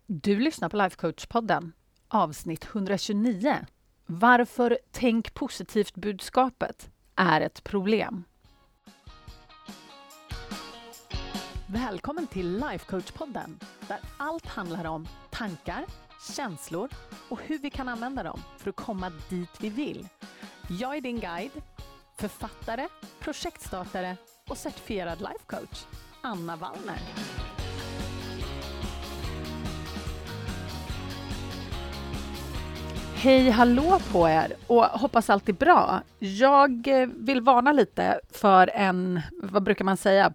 Du lyssnar på Lifecoach-podden, avsnitt 129. Varför tänk positivt-budskapet är ett problem. Välkommen till Lifecoach-podden, där allt handlar om tankar, känslor och hur vi kan använda dem för att komma dit vi vill. Jag är din guide, författare, projektstartare och certifierad lifecoach, Anna Wallner. Hej, hallå på er och hoppas allt är bra. Jag vill varna lite för vad brukar man säga?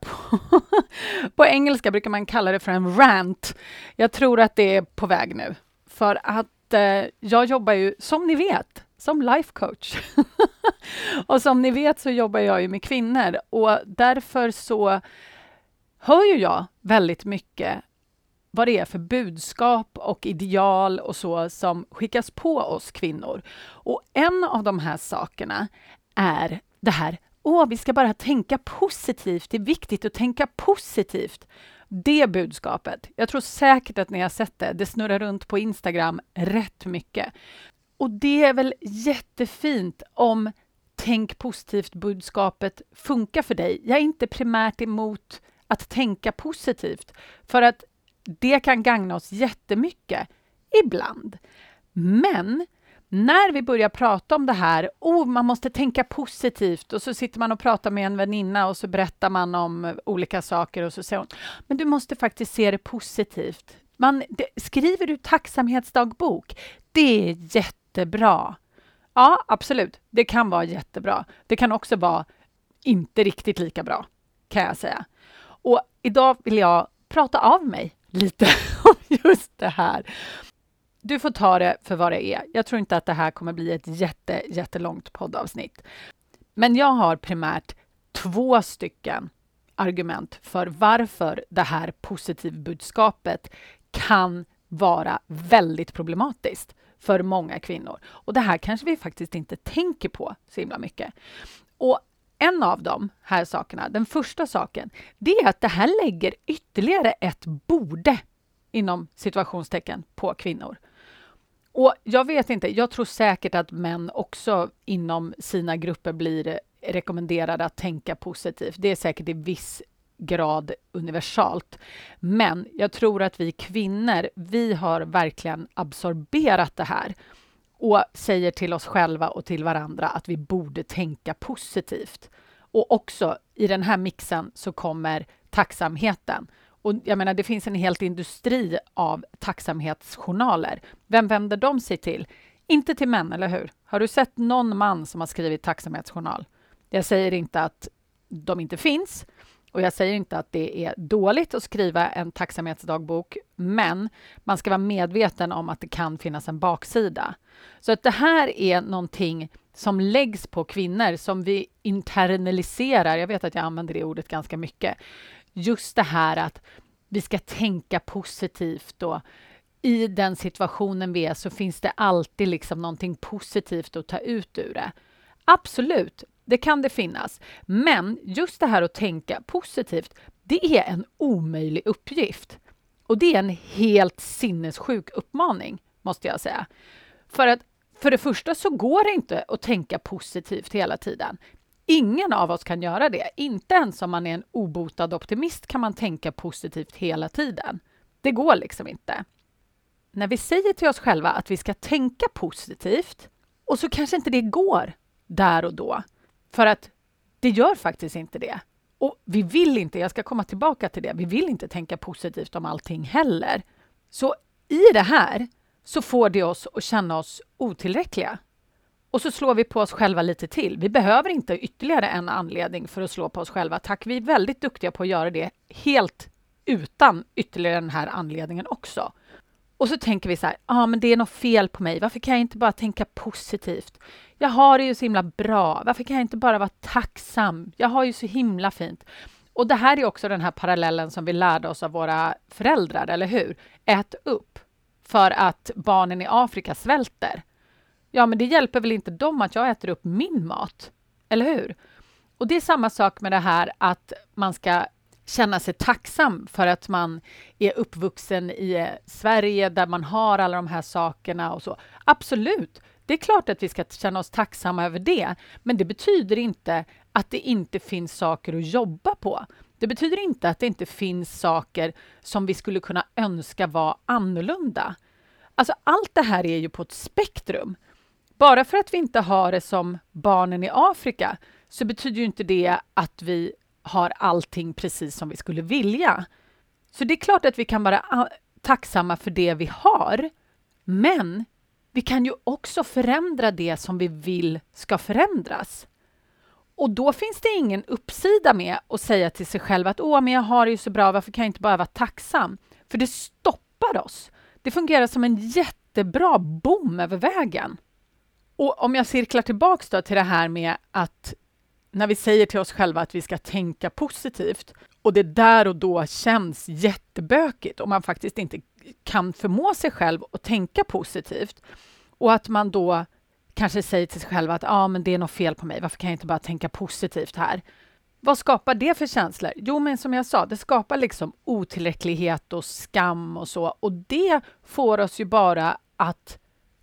På engelska brukar man kalla det för en rant. Jag tror att det är på väg nu. För att jag jobbar ju, som ni vet, som life coach. Och som ni vet så jobbar jag ju med kvinnor. Och därför så hör ju jag väldigt mycket vad det är för budskap och ideal och så som skickas på oss kvinnor. Och en av de här sakerna är det här, vi ska bara tänka positivt, det är viktigt att tänka positivt. Det budskapet, jag tror säkert att ni har sett det snurrar runt på Instagram rätt mycket. Och det är väl jättefint om tänk positivt budskapet funkar för dig. Jag är inte primärt emot att tänka positivt, för att det kan gagna oss jättemycket ibland. Men när vi börjar prata om det här, man måste tänka positivt, och så sitter man och pratar med en väninna och så berättar man om olika saker och så säger hon, men du måste faktiskt se det positivt. Skriver du tacksamhetsdagbok? Det är jättebra. Ja, absolut. Det kan vara jättebra. Det kan också vara inte riktigt lika bra, kan jag säga. Och idag vill jag prata av mig lite om just det här. Du får ta det för vad det är. Jag tror inte att det här kommer bli ett jättelångt poddavsnitt. Men jag har primärt 2 stycken argument för varför det här positivbudskapet kan vara väldigt problematiskt för många kvinnor. Och det här kanske vi faktiskt inte tänker på så himla mycket. Och en av de här sakerna, den första saken, det är att det här lägger ytterligare ett borde inom situationstecken på kvinnor. Och jag vet inte, jag tror säkert att män också inom sina grupper blir rekommenderade att tänka positivt. Det är säkert i viss grad universalt. Men jag tror att vi kvinnor, vi har verkligen absorberat det här och säger till oss själva och till varandra att vi borde tänka positivt. Och också i den här mixen så kommer tacksamheten. Och jag menar, det finns en hel industri av tacksamhetsjournaler. Vem vänder de sig till? Inte till män, eller hur? Har du sett någon man som har skrivit tacksamhetsjournal? Jag säger inte att de inte finns. Och jag säger inte att det är dåligt att skriva en tacksamhetsdagbok, men man ska vara medveten om att det kan finnas en baksida. Så att det här är någonting som läggs på kvinnor, som vi internaliserar. Jag vet att jag använder det ordet ganska mycket. Just det här att vi ska tänka positivt, och i den situationen vi är så finns det alltid liksom någonting positivt att ta ut ur det. Absolut. Det kan det finnas. Men just det här att tänka positivt, det är en omöjlig uppgift. Och det är en helt sinnessjuk uppmaning, måste jag säga. För att för det första så går det inte att tänka positivt hela tiden. Ingen av oss kan göra det. Inte ens om man är en obotad optimist kan man tänka positivt hela tiden. Det går liksom inte. När vi säger till oss själva att vi ska tänka positivt, och så kanske inte det går där och då. För att det gör faktiskt inte det. Och vi vill inte, jag ska komma tillbaka till det, vi vill inte tänka positivt om allting heller. Så i det här så får det oss att känna oss otillräckliga. Och så slår vi på oss själva lite till. Vi behöver inte ytterligare en anledning för att slå på oss själva. Tack, vi är väldigt duktiga på att göra det helt utan ytterligare den här anledningen också. Och så tänker vi så här, men det är något fel på mig. Varför kan jag inte bara tänka positivt? Jag har det ju så himla bra. Varför kan jag inte bara vara tacksam? Jag har ju så himla fint. Och det här är också den här parallellen som vi lärde oss av våra föräldrar, eller hur? Ät upp för att barnen i Afrika svälter. Ja, men det hjälper väl inte dem att jag äter upp min mat, eller hur? Och det är samma sak med det här att man ska känna sig tacksam för att man är uppvuxen i Sverige där man har alla de här sakerna och så. Absolut, det är klart att vi ska känna oss tacksamma över det, men det betyder inte att det inte finns saker att jobba på. Det betyder inte att det inte finns saker som vi skulle kunna önska var annorlunda. Alltså allt det här är ju på ett spektrum. Bara för att vi inte har det som barnen i Afrika så betyder ju inte det att vi har allting precis som vi skulle vilja. Så det är klart att vi kan vara tacksamma för det vi har. Men vi kan ju också förändra det som vi vill ska förändras. Och då finns det ingen uppsida med att säga till sig själv att men jag har det ju så bra, varför kan jag inte bara vara tacksam? För det stoppar oss. Det fungerar som en jättebra bom över vägen. Och om jag cirklar tillbaks då till det här med att när vi säger till oss själva att vi ska tänka positivt och det där och då känns jättebökigt och man faktiskt inte kan förmå sig själv att tänka positivt och att man då kanske säger till sig själv att men det är något fel på mig, varför kan jag inte bara tänka positivt här? Vad skapar det för känslor? Jo, men som jag sa, det skapar liksom otillräcklighet och skam och så, och det får oss ju bara att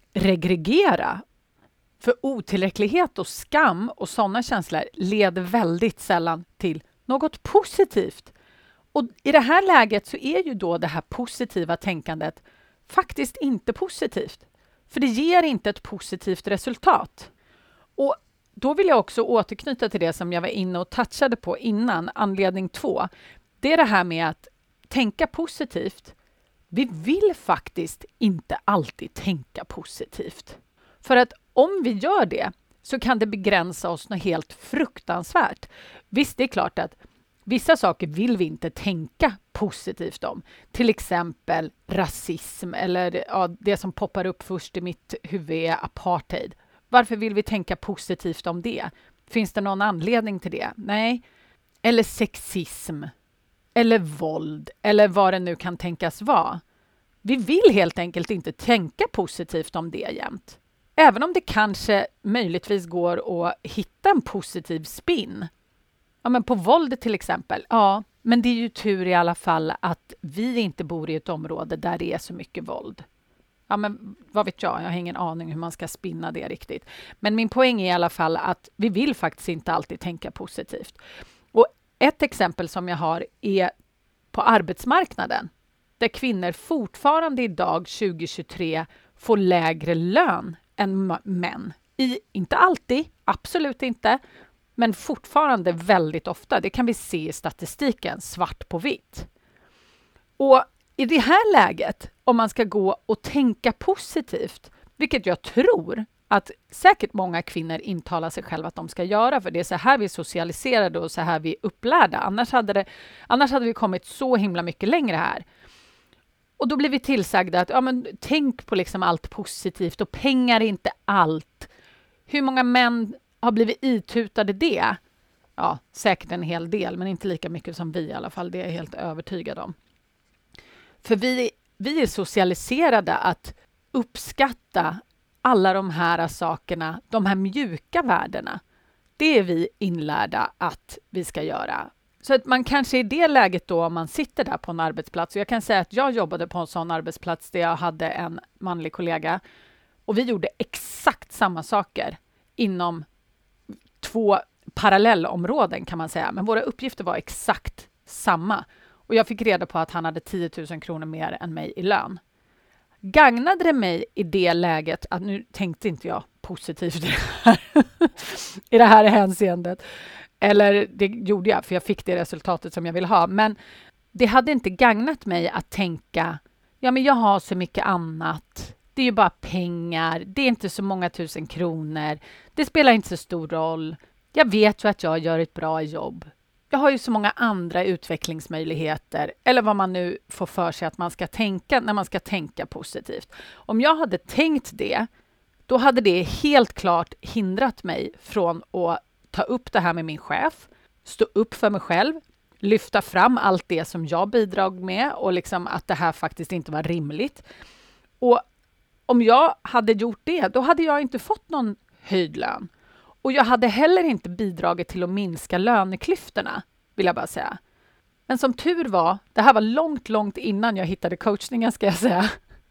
regregera. För otillräcklighet och skam och sådana känslor leder väldigt sällan till något positivt. Och i det här läget så är ju då det här positiva tänkandet faktiskt inte positivt. För det ger inte ett positivt resultat. Och då vill jag också återknyta till det som jag var inne och touchade på innan, anledning 2. Det är det här med att tänka positivt. Vi vill faktiskt inte alltid tänka positivt. För att om vi gör det så kan det begränsa oss något helt fruktansvärt. Visst, det är klart att vissa saker vill vi inte tänka positivt om. Till exempel rasism eller det som poppar upp först i mitt huvud är apartheid. Varför vill vi tänka positivt om det? Finns det någon anledning till det? Nej. Eller sexism. Eller våld. Eller vad det nu kan tänkas vara. Vi vill helt enkelt inte tänka positivt om det jämt. Även om det kanske möjligtvis går att hitta en positiv spin. Ja, men på våldet till exempel. Ja, men det är ju tur i alla fall att vi inte bor i ett område där det är så mycket våld. Ja, men vad vet jag? Jag har ingen aning hur man ska spinna det riktigt. Men min poäng är i alla fall att vi vill faktiskt inte alltid tänka positivt. Och ett exempel som jag har är på arbetsmarknaden. Där kvinnor fortfarande idag 2023 får lägre lön än män. Inte alltid, absolut inte. Men fortfarande väldigt ofta. Det kan vi se i statistiken, svart på vitt. Och i det här läget, om man ska gå och tänka positivt, vilket jag tror att säkert många kvinnor intalar sig själva att de ska göra, för det är så här vi är socialiserade och så här vi är upplärda. Annars hade vi kommit så himla mycket längre här. Och då blir vi tillsagda att tänk på liksom allt positivt och pengar är inte allt. Hur många män har blivit itutade det? Ja, säkert en hel del, men inte lika mycket som vi i alla fall. Det är jag helt övertygad om. För vi är socialiserade att uppskatta alla de här sakerna, de här mjuka värdena. Det är vi inlärda att vi ska göra. Så att man kanske i det läget då, om man sitter där på en arbetsplats, och jag kan säga att jag jobbade på en sån arbetsplats där jag hade en manlig kollega och vi gjorde exakt samma saker inom 2 parallellområden kan man säga, men våra uppgifter var exakt samma. Och jag fick reda på att han hade 10 000 kronor mer än mig i lön. Gagnade det mig i det läget, att nu tänkte inte jag positivt i det här hänseendet. Eller det gjorde jag, för jag fick det resultatet som jag vill ha. Men det hade inte gagnat mig att tänka, men jag har så mycket annat. Det är ju bara pengar, det är inte så många 1000 kronor. Det spelar inte så stor roll. Jag vet ju att jag gör ett bra jobb. Jag har ju så många andra utvecklingsmöjligheter. Eller vad man nu får för sig att man ska tänka när man ska tänka positivt. Om jag hade tänkt det, då hade det helt klart hindrat mig från att ta upp det här med min chef. Stå upp för mig själv. Lyfta fram allt det som jag bidrar med. Och liksom att det här faktiskt inte var rimligt. Och om jag hade gjort det, då hade jag inte fått någon höjd lön. Och jag hade heller inte bidragit till att minska löneklyftorna, vill jag bara säga. Men som tur var, det här var långt innan jag hittade coachningen ska jag säga.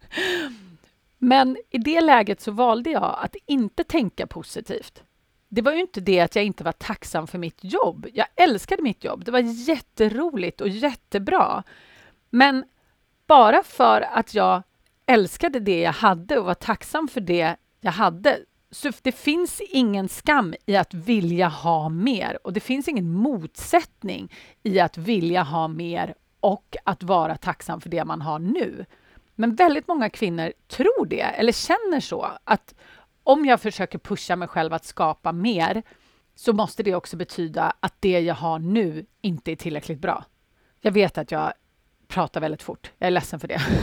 Men i det läget så valde jag att inte tänka positivt. Det var ju inte det att jag inte var tacksam för mitt jobb. Jag älskade mitt jobb. Det var jätteroligt och jättebra. Men bara för att jag älskade det jag hade och var tacksam för det jag hade, så det finns ingen skam i att vilja ha mer. Och det finns ingen motsättning i att vilja ha mer och att vara tacksam för det man har nu. Men väldigt många kvinnor tror det eller känner så att om jag försöker pusha mig själv att skapa mer så måste det också betyda att det jag har nu inte är tillräckligt bra. Jag vet att jag pratar väldigt fort. Jag är ledsen för det.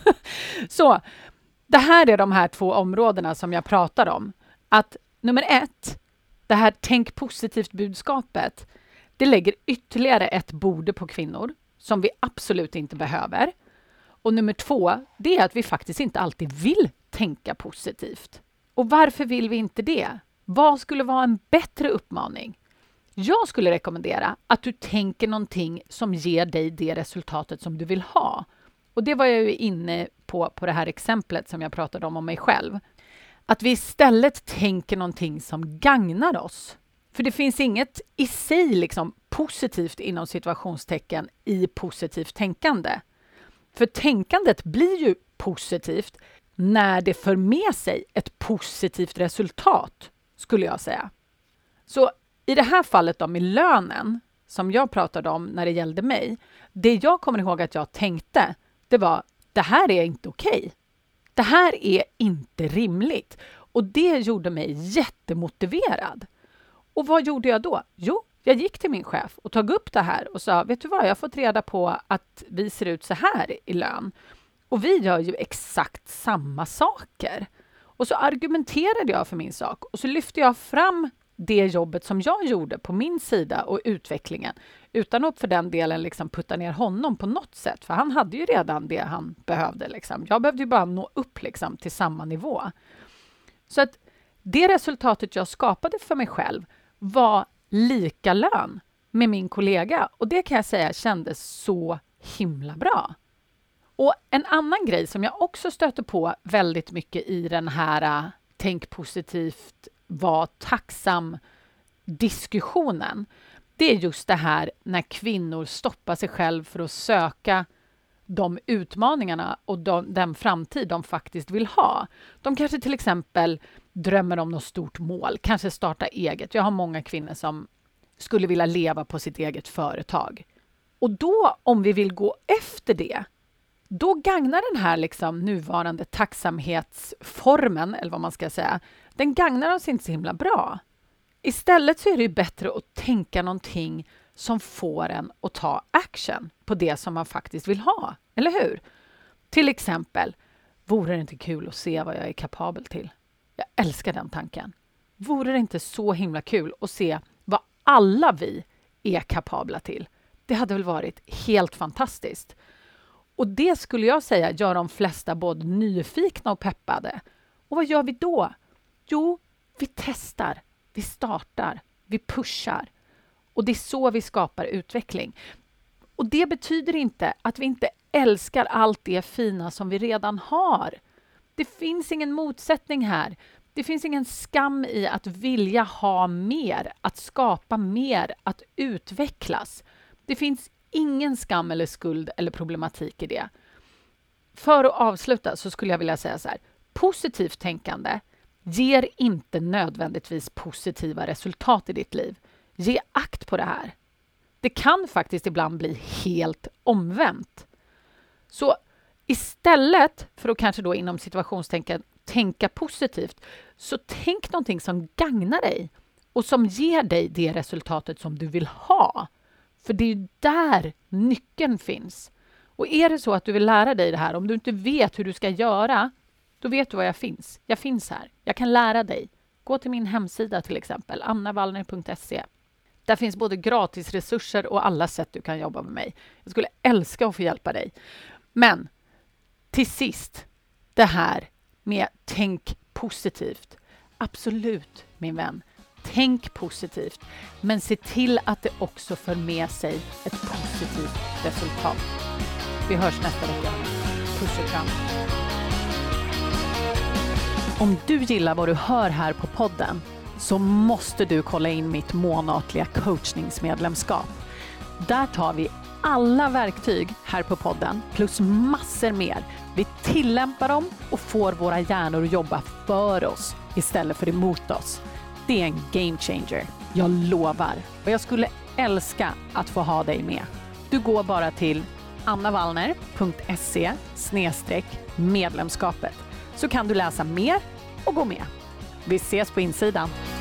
Så det här är de här 2 områdena som jag pratar om. Att nummer 1, det här tänk positivt budskapet, det lägger ytterligare ett borde på kvinnor som vi absolut inte behöver. Och nummer 2, det är att vi faktiskt inte alltid vill tänka positivt. Och varför vill vi inte det? Vad skulle vara en bättre uppmaning? Jag skulle rekommendera att du tänker någonting som ger dig det resultatet som du vill ha. Och det var jag ju inne på det här exemplet som jag pratade om mig själv. Att vi istället tänker någonting som gagnar oss. För det finns inget i sig liksom positivt inom situationstecken i positivt tänkande. För tänkandet blir ju positivt när det för med sig ett positivt resultat, skulle jag säga. Så i det här fallet då med lönen, som jag pratade om när det gällde mig, det jag kommer ihåg att jag tänkte, det var, det här är inte okej. Det här är inte rimligt. Och det gjorde mig jättemotiverad. Och vad gjorde jag då? Jo, jag gick till min chef och tog upp det här och sa, vet du vad, jag har fått reda på att vi ser ut så här i lön. Och vi gör ju exakt samma saker. Och så argumenterade jag för min sak och så lyfte jag fram det jobbet som jag gjorde på min sida och utvecklingen. Utan att för den delen liksom putta ner honom på något sätt. För han hade ju redan det han behövde. Liksom. Jag behövde ju bara nå upp liksom, till samma nivå. Så att det resultatet jag skapade för mig själv var lika lön med min kollega. Och det kan jag säga kändes så himla bra. Och en annan grej som jag också stöter på väldigt mycket i den här tänk positivt, var tacksam diskussionen. Det är just det här när kvinnor stoppar sig själv för att söka de utmaningarna och den framtid de faktiskt vill ha. De kanske till exempel drömmer om något stort mål, kanske starta eget. Jag har många kvinnor som skulle vilja leva på sitt eget företag. Och då, om vi vill gå efter det, då gagnar den här liksom nuvarande tacksamhetsformen, eller vad man ska säga, den gagnar oss inte så himla bra. Istället så är det ju bättre att tänka någonting som får en att ta action på det som man faktiskt vill ha, eller hur? Till exempel, vore det inte kul att se vad jag är kapabel till? Jag älskar den tanken. Vore det inte så himla kul att se vad alla vi är kapabla till? Det hade väl varit helt fantastiskt. Och det skulle jag säga gör de flesta både nyfikna och peppade. Och vad gör vi då? Jo, vi testar, vi startar, vi pushar. Och det är så vi skapar utveckling. Och det betyder inte att vi inte älskar allt det fina som vi redan har. Det finns ingen motsättning här. Det finns ingen skam i att vilja ha mer, att skapa mer, att utvecklas. Det finns ingen skam eller skuld eller problematik i det. För att avsluta så skulle jag vilja säga så här. Positivt tänkande ger inte nödvändigtvis positiva resultat i ditt liv. Ge akt på det här. Det kan faktiskt ibland bli helt omvänt. Så istället för att kanske då inom situationstänken tänka positivt, så tänk någonting som gagnar dig och som ger dig det resultatet som du vill ha. För det är ju där nyckeln finns. Och är det så att du vill lära dig det här, om du inte vet hur du ska göra, då vet du var jag finns. Jag finns här. Jag kan lära dig. Gå till min hemsida till exempel, annavallner.se. Där finns både gratisresurser och alla sätt du kan jobba med mig. Jag skulle älska att få hjälpa dig. Men till sist, det här med tänk positivt. Absolut, min vän. Tänk positivt, men se till att det också för med sig ett positivt resultat. Vi hörs nästa vecka. Puss och kram. Om du gillar vad du hör här på podden så måste du kolla in mitt månatliga coachningsmedlemskap. Där tar vi alla verktyg här på podden plus massor mer. Vi tillämpar dem och får våra hjärnor att jobba för oss istället för emot oss. Det är en game changer, jag lovar. Och jag skulle älska att få ha dig med. Du går bara till annavallner.se/medlemskapet så kan du läsa mer och gå med. Vi ses på insidan.